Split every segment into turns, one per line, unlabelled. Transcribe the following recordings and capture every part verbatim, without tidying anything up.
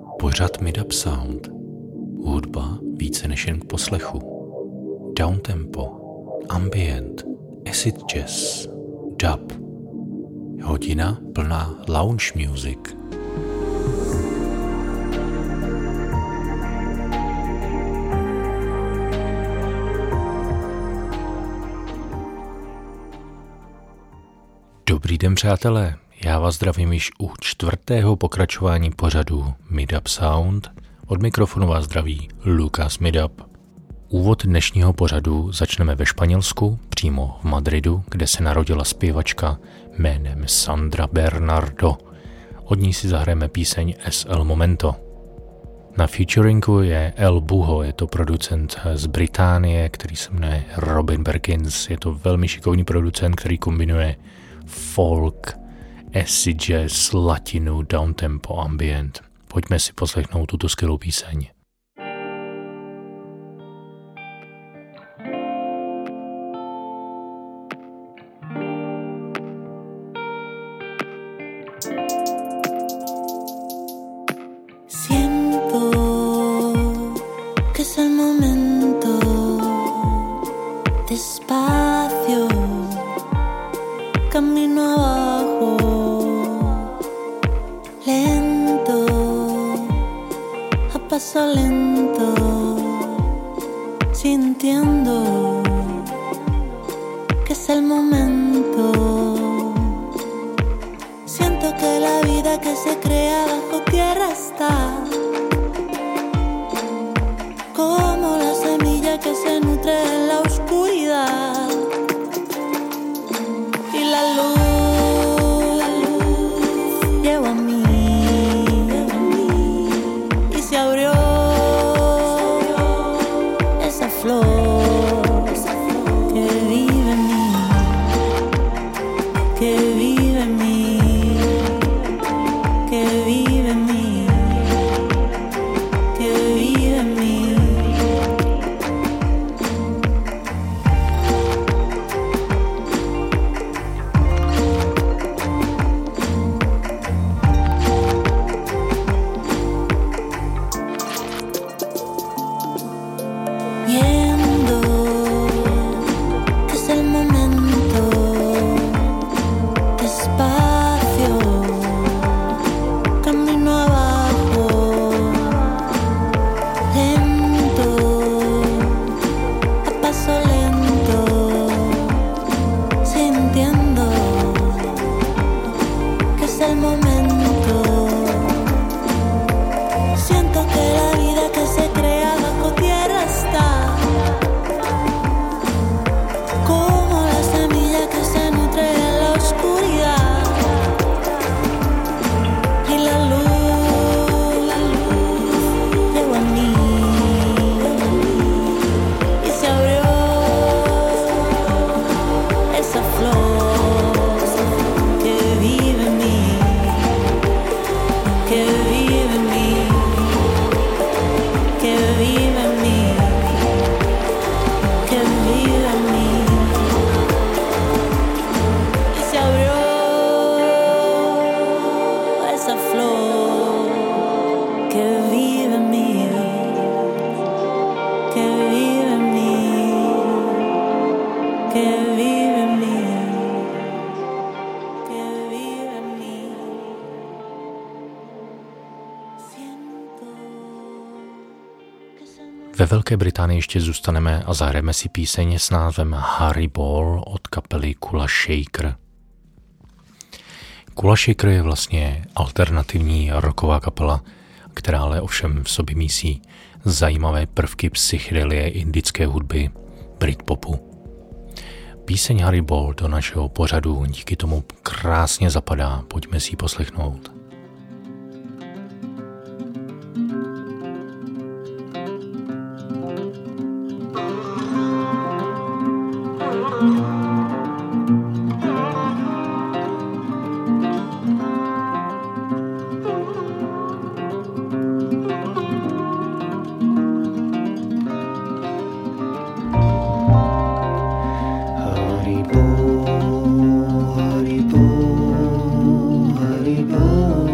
Pořad Mid-Up Sound. Hudba více než jen k poslechu. Downtempo, ambient, acid jazz, dub. Hodina plná lounge music. Dobrý den, přátelé. Já vás zdravím již u čtvrtého pokračování pořadu Mid-Up Sound. Od mikrofonu vás zdraví Lukas Mid-Up. Úvod dnešního pořadu začneme ve Španělsku, přímo v Madridu, kde se narodila zpěvačka jménem Sandra Bernardo. Od ní si zahrajeme píseň Es el Momento. Na featuringu je El Buho, je to producent z Británie, který se jmenuje Robin Perkins. Je to velmi šikovný producent, který kombinuje folk, acid jazz, latinu, downtempo, ambient. Pojďme si poslechnout tuto skvělou píseň.
Siento que es el momento, despacio, camino abajo, lento, a paso lento, sintiendo que es el momento. Siento que la vida que se crea bajo tierra está como la semilla que se nutre de la oscuridad. Y la luz, la luz llegó a mí, y se abrió esa flor que vive en mí, que vive en mí, que vive en mí, que vive en mí.
Ve Velké Británii ještě zůstaneme a zahrajeme si píseň s názvem Harry Ball od kapely Kula Shaker. Kula Shaker je vlastně alternativní rocková kapela, která ale ovšem v sobě mísí zajímavé prvky psychedelie, indické hudby, britpopu. Píseň Harry Ball do našeho pořadu díky tomu krásně zapadá, pojďme si ji poslechnout.
Haribo, Haribo, Haribo.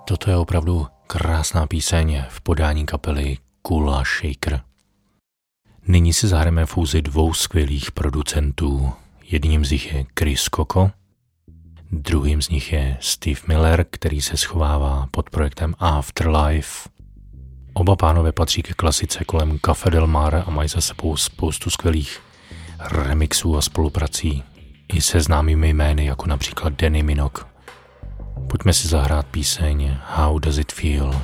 Toto je opravdu krásná píseň v podání kapely Kula Shaker. Nyní si zahrajeme fúzi dvou skvělých producentů. Jedním z nich je Chris Coco, druhým z nich je Steve Miller, který se schovává pod projektem Afterlife. Oba pánové patří ke klasice kolem Café Del Mar a mají za sebou spoustu skvělých remixů a spoluprací i se známými jmény, jako například Danny Minogue. Pojďme si zahrát píseň How Does It Feel?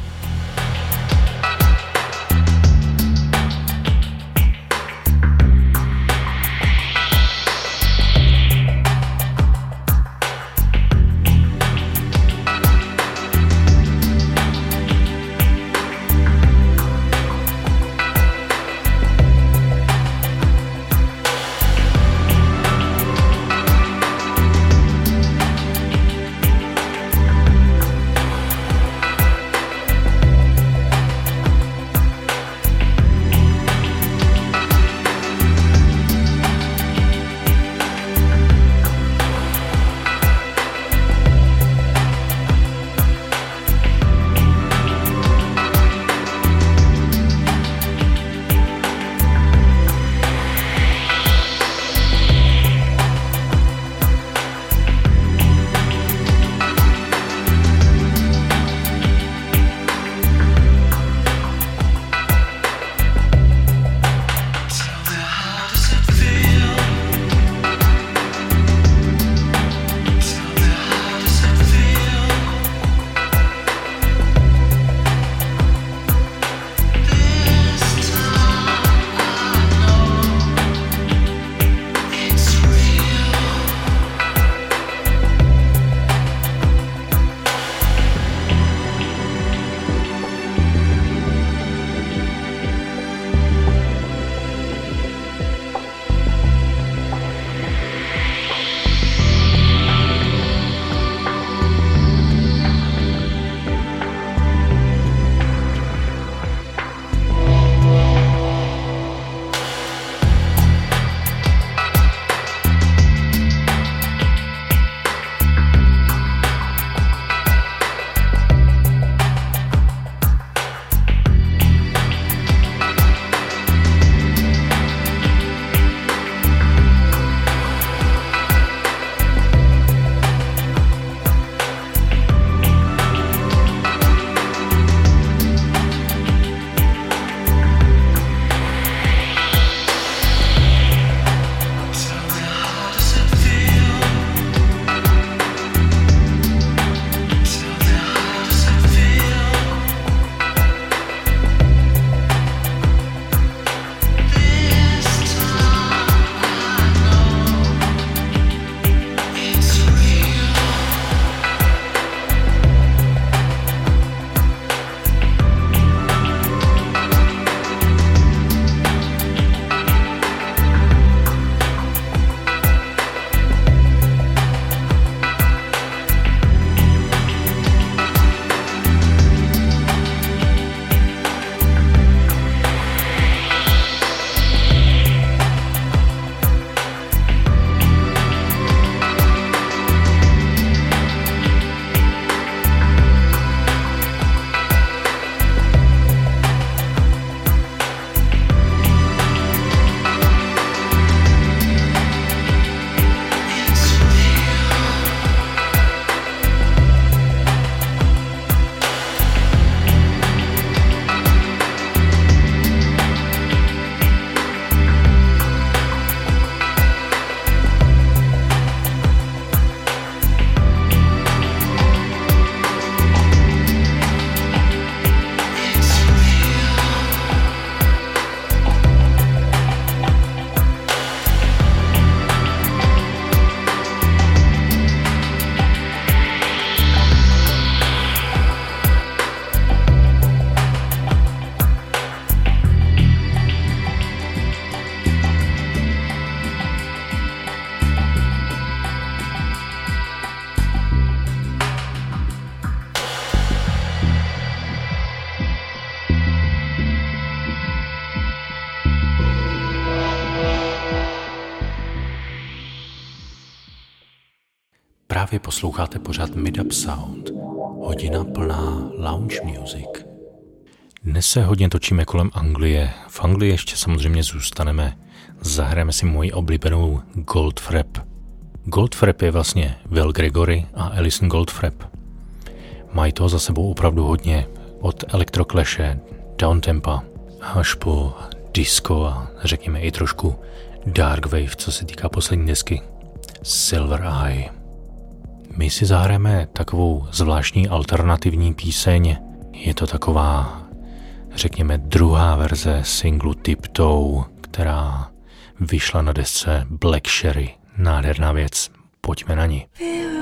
Právě posloucháte pořad Mid Up Sound Hodina plná lounge music. Dnes se hodně točíme kolem Anglie. V Anglii ještě samozřejmě zůstaneme. Zahrajeme si moji oblíbenou Goldfrapp. Goldfrapp je vlastně Will Gregory a Alison Goldfrapp. Mají toho za sebou opravdu hodně. Od Electroclashe, Downtempa až po disco a řekněme i trošku dark wave, co se týká poslední desky Silver Eye. My si zahrajeme takovou zvláštní alternativní píseň. Je to taková, řekněme, druhá verze singlu Tiptoe, která vyšla na desce Black Sherry. Nádherná věc. Pojďme na ní.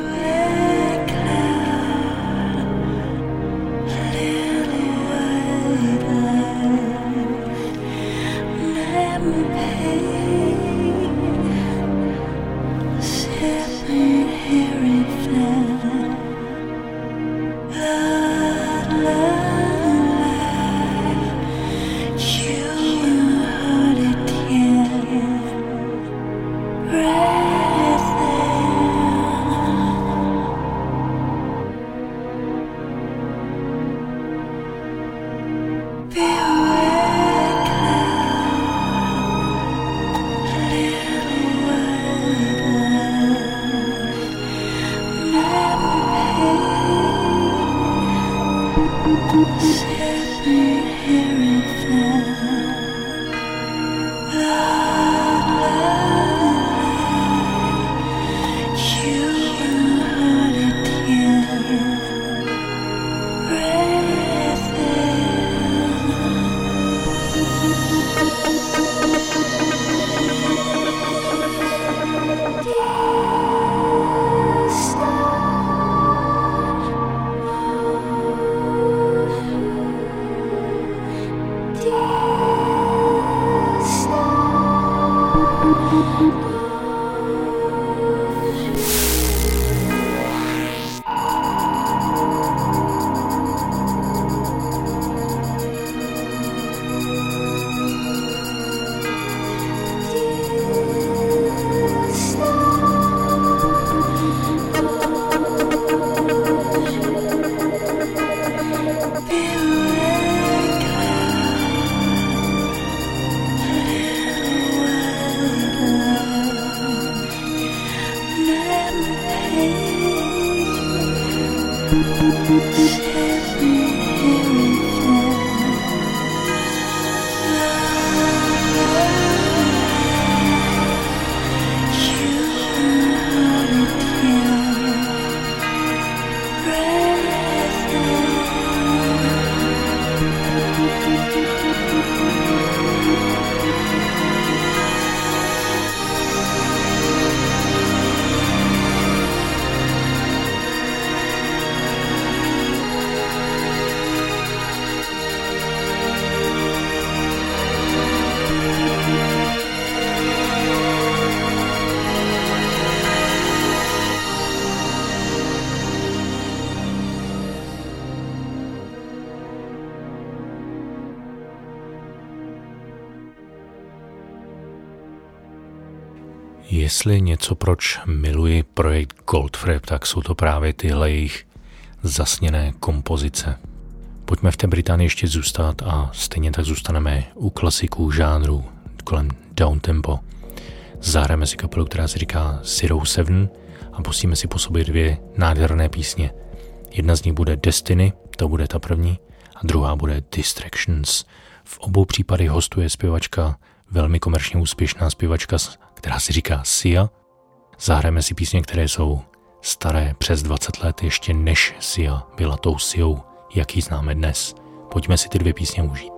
Jestli něco, proč miluji projekt Goldfrapp, tak jsou to právě tyhle jejich zasněné kompozice. Pojďme v té Británii ještě zůstat a stejně tak zůstaneme u klasiků žánru kolem downtempo. Zahrajeme si kapelu, která se říká Zero Seven a pustíme si po sobě dvě nádherné písně. Jedna z nich bude Destiny, to bude ta první, a druhá bude Distractions. V obou případech hostuje zpěvačka, velmi komerčně úspěšná zpěvačka, která si říká Sia. Zahrajeme si písně, které jsou staré přes dvacet let, ještě než Sia byla tou Siou, jak ji známe dnes. Pojďme si ty dvě písně užít.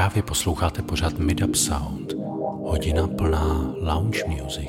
Právě posloucháte pořad Mid Up Sound, hodina plná lounge music.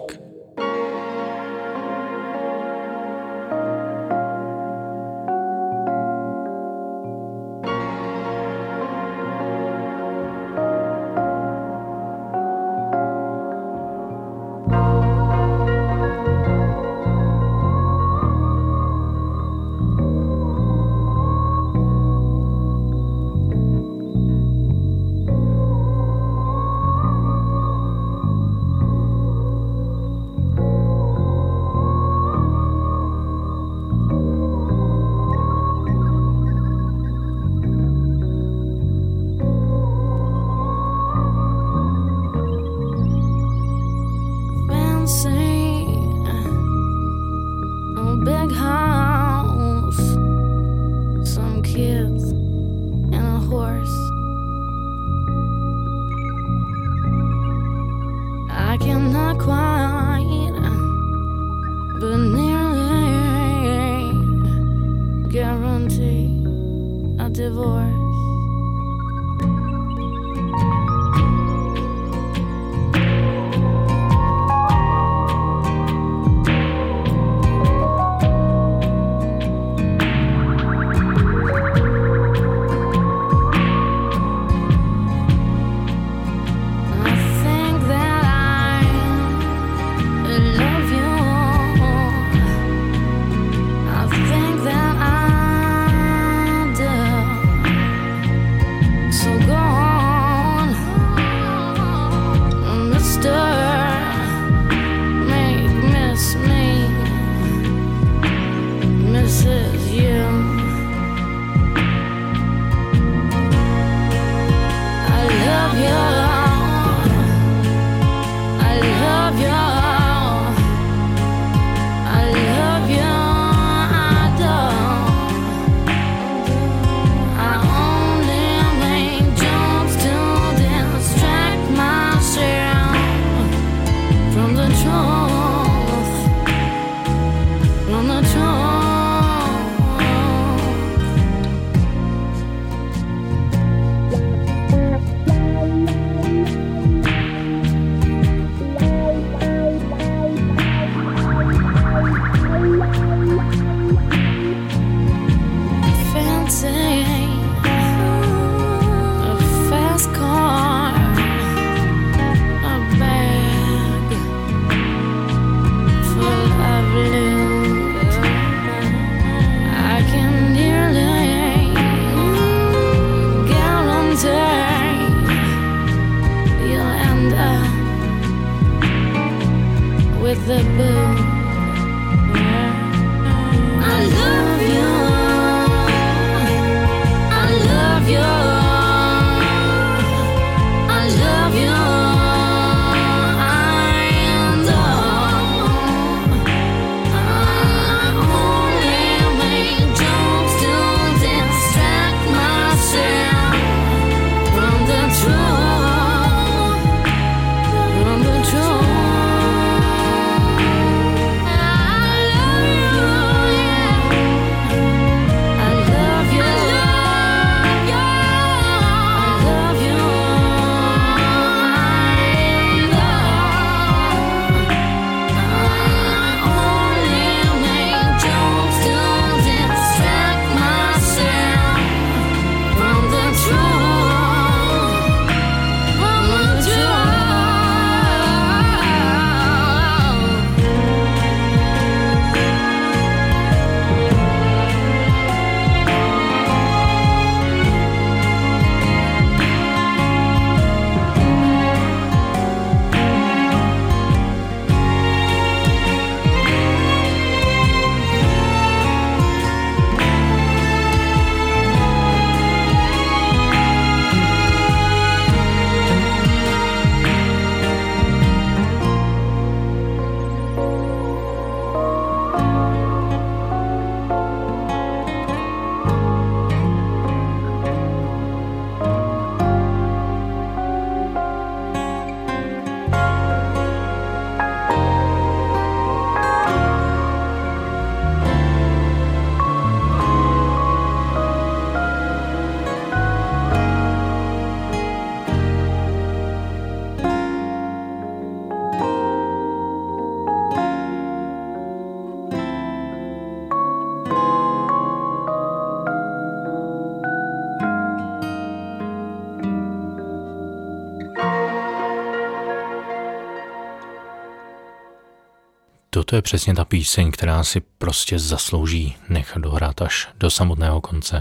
Toto je přesně ta píseň, která si prostě zaslouží nechat dohrát až do samotného konce.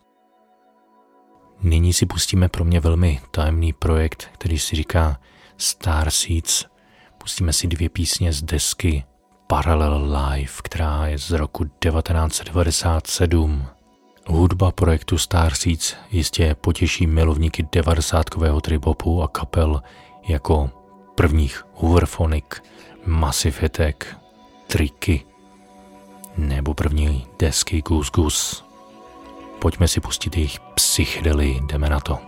Nyní si pustíme pro mě velmi tajemný projekt, který si říká Starseeds. Pustíme si dvě písně z desky Parallel Life, která je z roku devatenáct set devadesát sedm. Hudba projektu Starseeds jistě potěší milovníky devadesátkového trip-hopu a kapel jako prvních Hooverphonic, Massive Attack, Tricky nebo první desky Goose Goose. Pojďme si pustit jejich psychedelii, jdeme na to.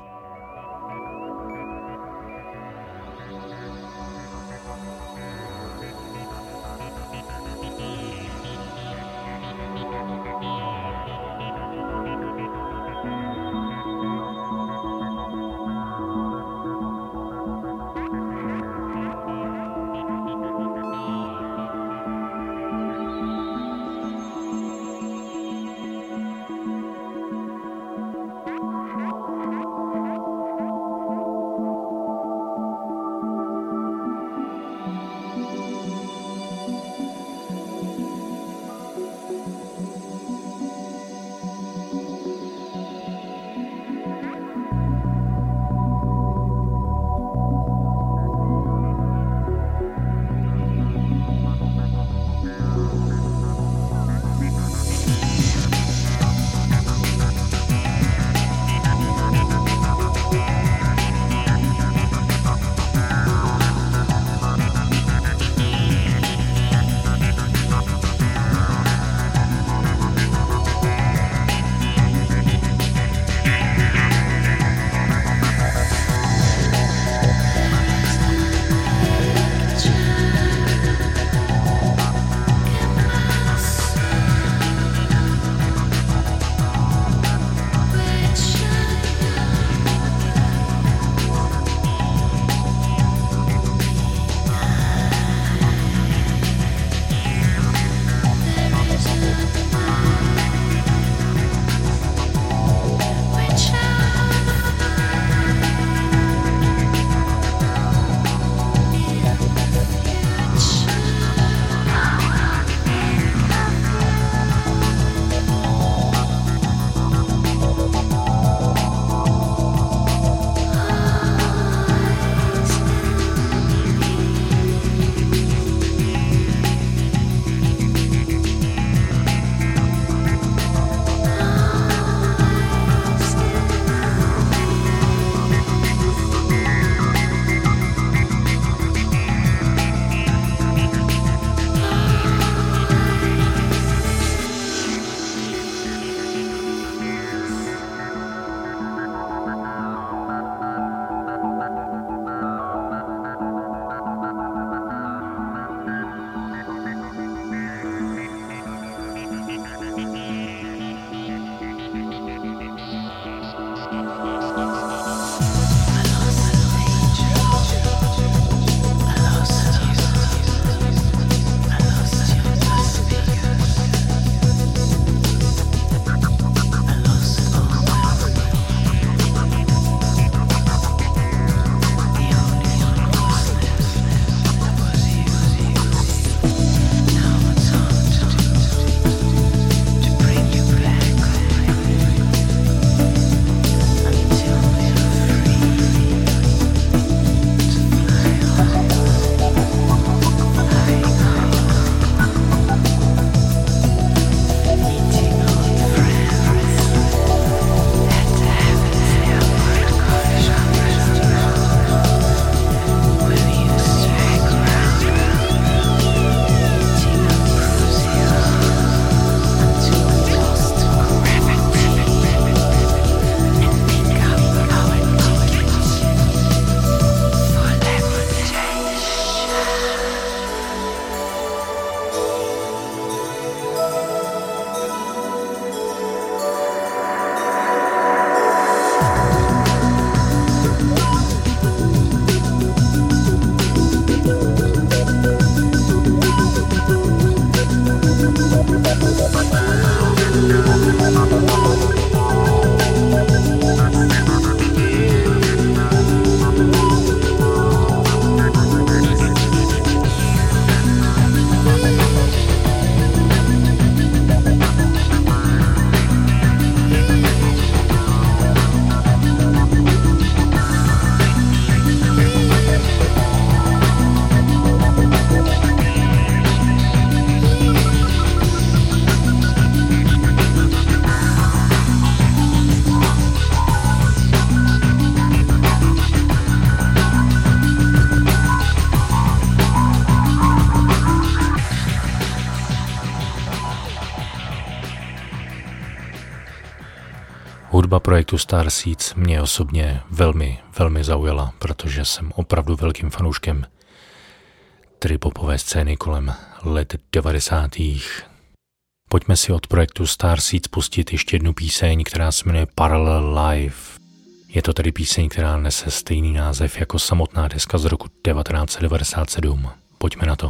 Hudba projektu Starseeds mě osobně velmi, velmi zaujala, protože jsem opravdu velkým fanouškem tripopové scény kolem let devadesátých. Pojďme si od projektu Starseeds pustit ještě jednu píseň, která se jmenuje Parallel Life. Je to tedy píseň, která nese stejný název jako samotná deska z roku devatenáct set devadesát sedm. Pojďme na to.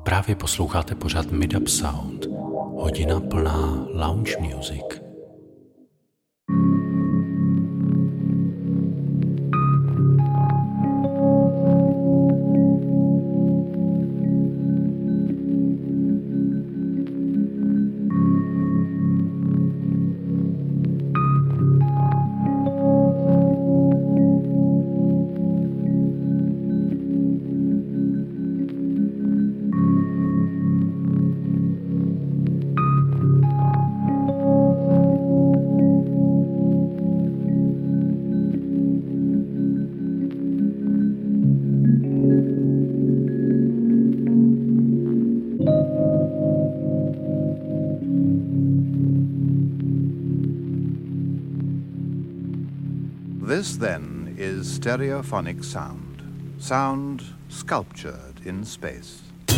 Právě posloucháte pořad Mid Up Sound, hodina plná lounge music.
This, then, is stereophonic sound. Sound sculptured in space.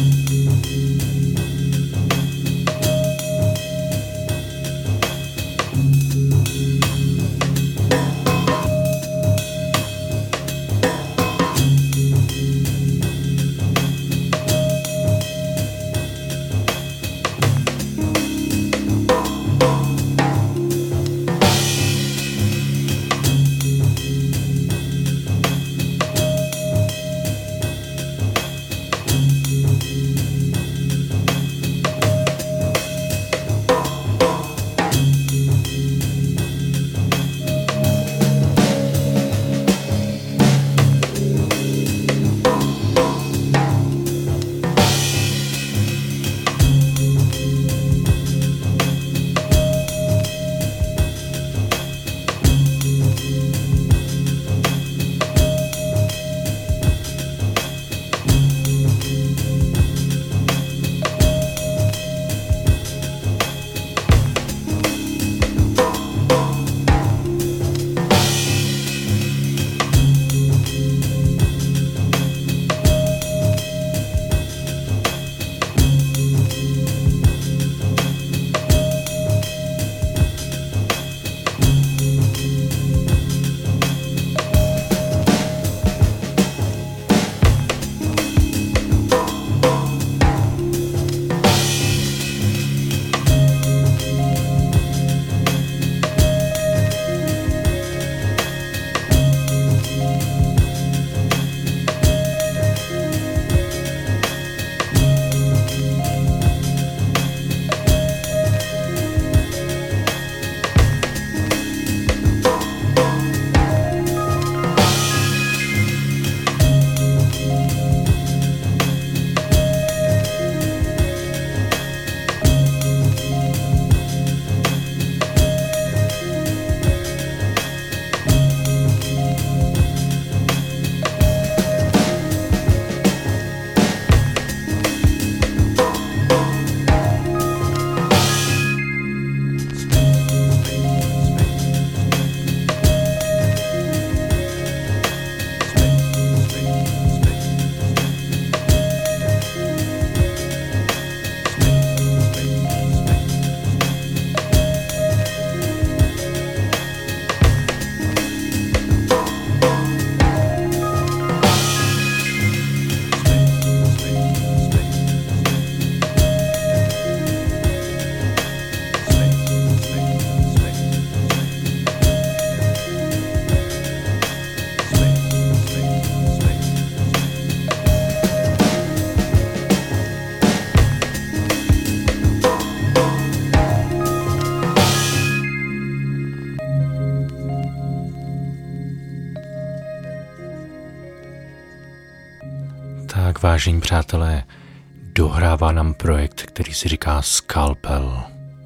Tak, vážení přátelé, dohrává nám projekt, který si říká Skalpel.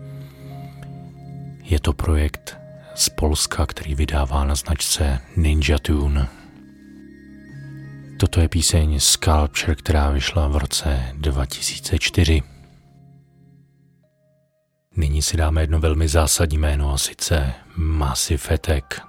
Je to projekt z Polska, který vydává na značce Ninja Tune. Toto je píseň Sculpture, která vyšla v roce dva tisíce čtyři. Nyní si dáme jedno velmi zásadní jméno, a sice Massive Attack.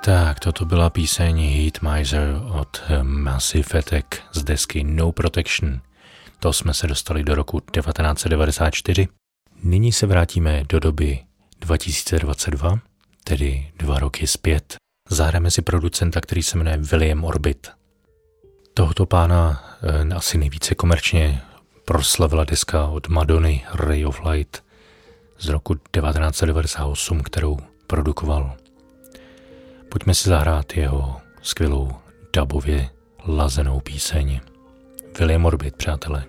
Tak, toto byla píseň Heat Miser od Massive Attack z desky No Protection. To jsme se dostali do roku devatenáct set devadesát čtyři. Nyní se vrátíme do doby dva tisíce dvacet dva, tedy dva roky zpět. Zahrajeme si producenta, který se jmenuje William Orbit. Tohoto pána eh, asi nejvíce komerčně proslavila deska od Madony Ray of Light z roku devatenáct set devadesát osm, kterou produkoval. Pojďme si zahrát jeho skvělou dubově lazenou píseň. William Orbit, přátelé.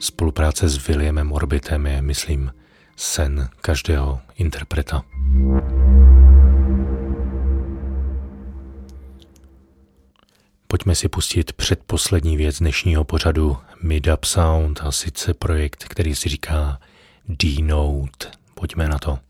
Spolupráce s Williamem Orbitem je, myslím, sen každého interpreta. Pojďme si pustit předposlední věc dnešního pořadu Mid-Up Sound, a sice projekt, který si říká D-Note. Pojďme na to.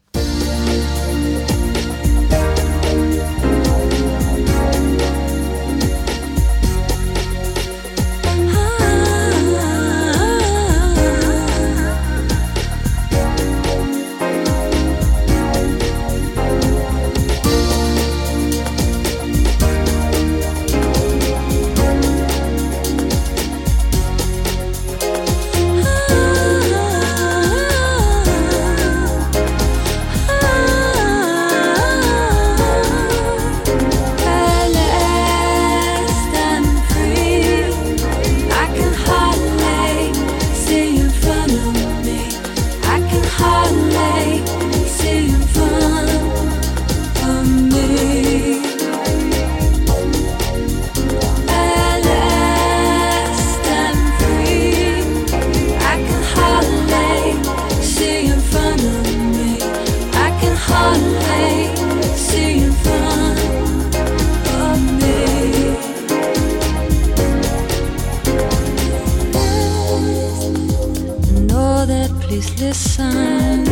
Listen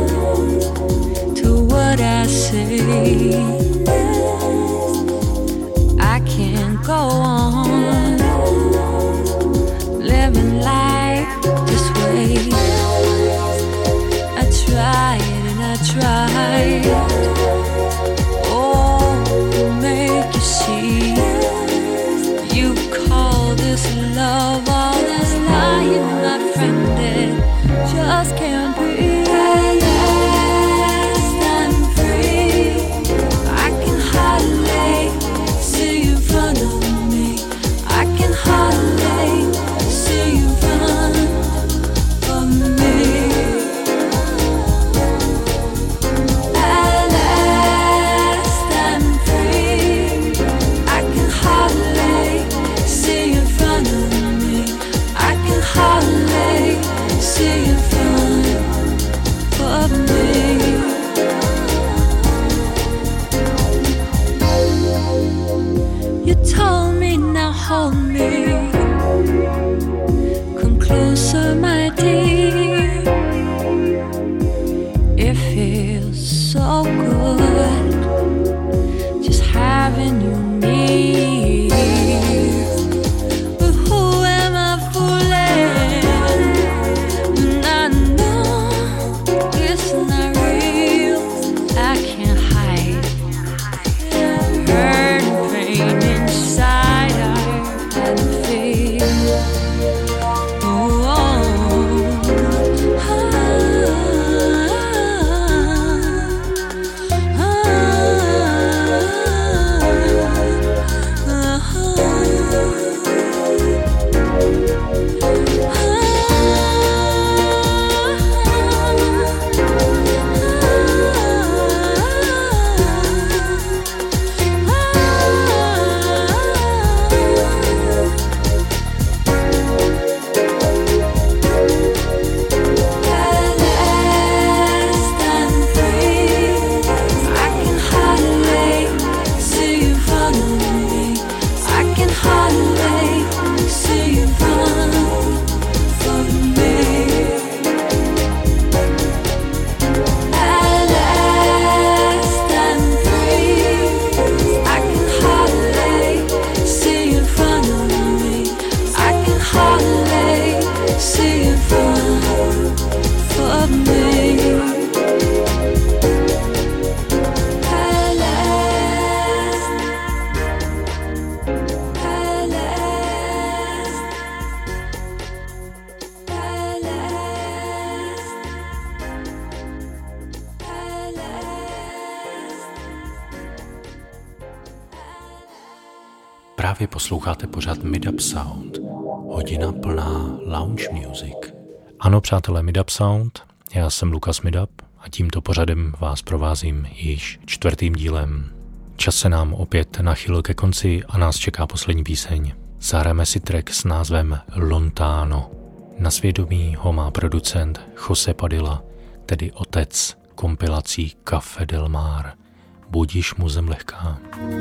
to what I say. I can't go on living life this way. I tried and I tried, oh, to make you see. You call this love, all this lying, my friend, it just can't be. At last I'm free. I can hardly see you in front of me. I can hardly see you in front of me. At last I'm free. I can hardly see you in front of me. I can hardly see you in front of me. You told me now hold me. Come closer, my dear. It feels so good just having you near. But who am I fooling? And I know it's not real. I can't hide hurt and pain inside. I've had to feel. Oh,
Právě posloucháte pořad Mid-Up Sound, hodina plná lounge music. Ano, přátelé, Mid-Up Sound, já jsem Lukas Midap a tímto pořadem vás provázím již čtvrtým dílem. Čas se nám opět nachýlil ke konci a nás čeká poslední píseň. Zahrajeme si track s názvem Lontano. Na svědomí ho má producent Jose Padilla, tedy otec kompilací Café del Mar. Budiš mu zem lehká.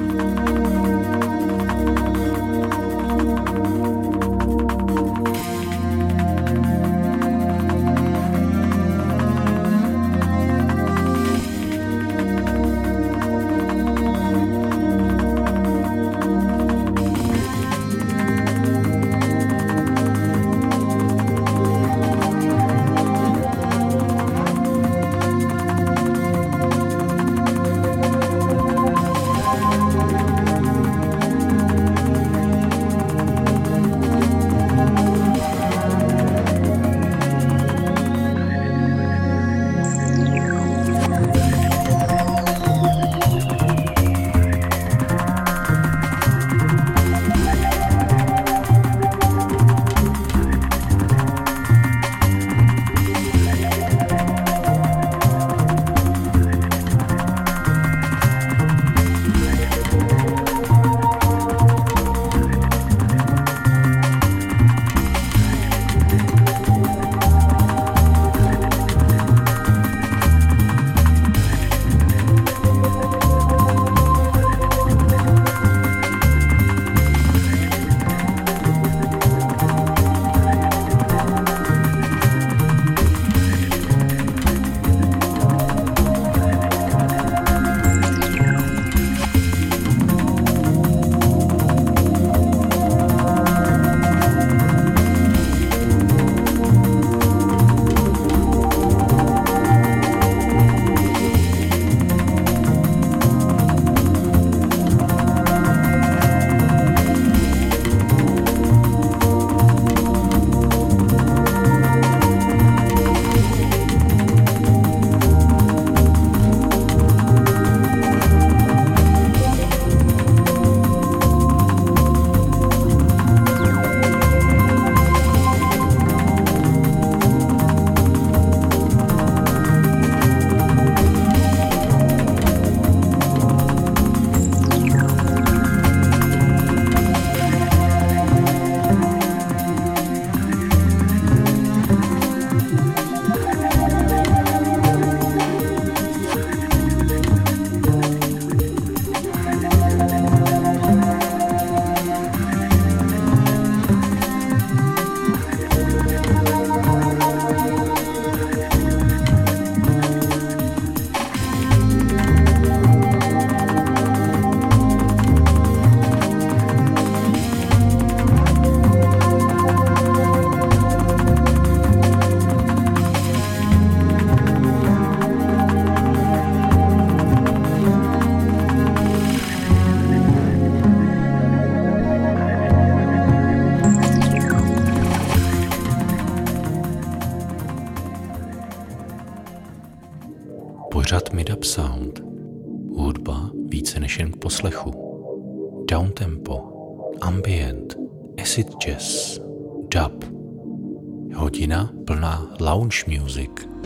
Pořad Mid-Up Sound. Hudba více než jen k poslechu. Downtempo, ambient, acid jazz, dub. Hodina plná lounge music.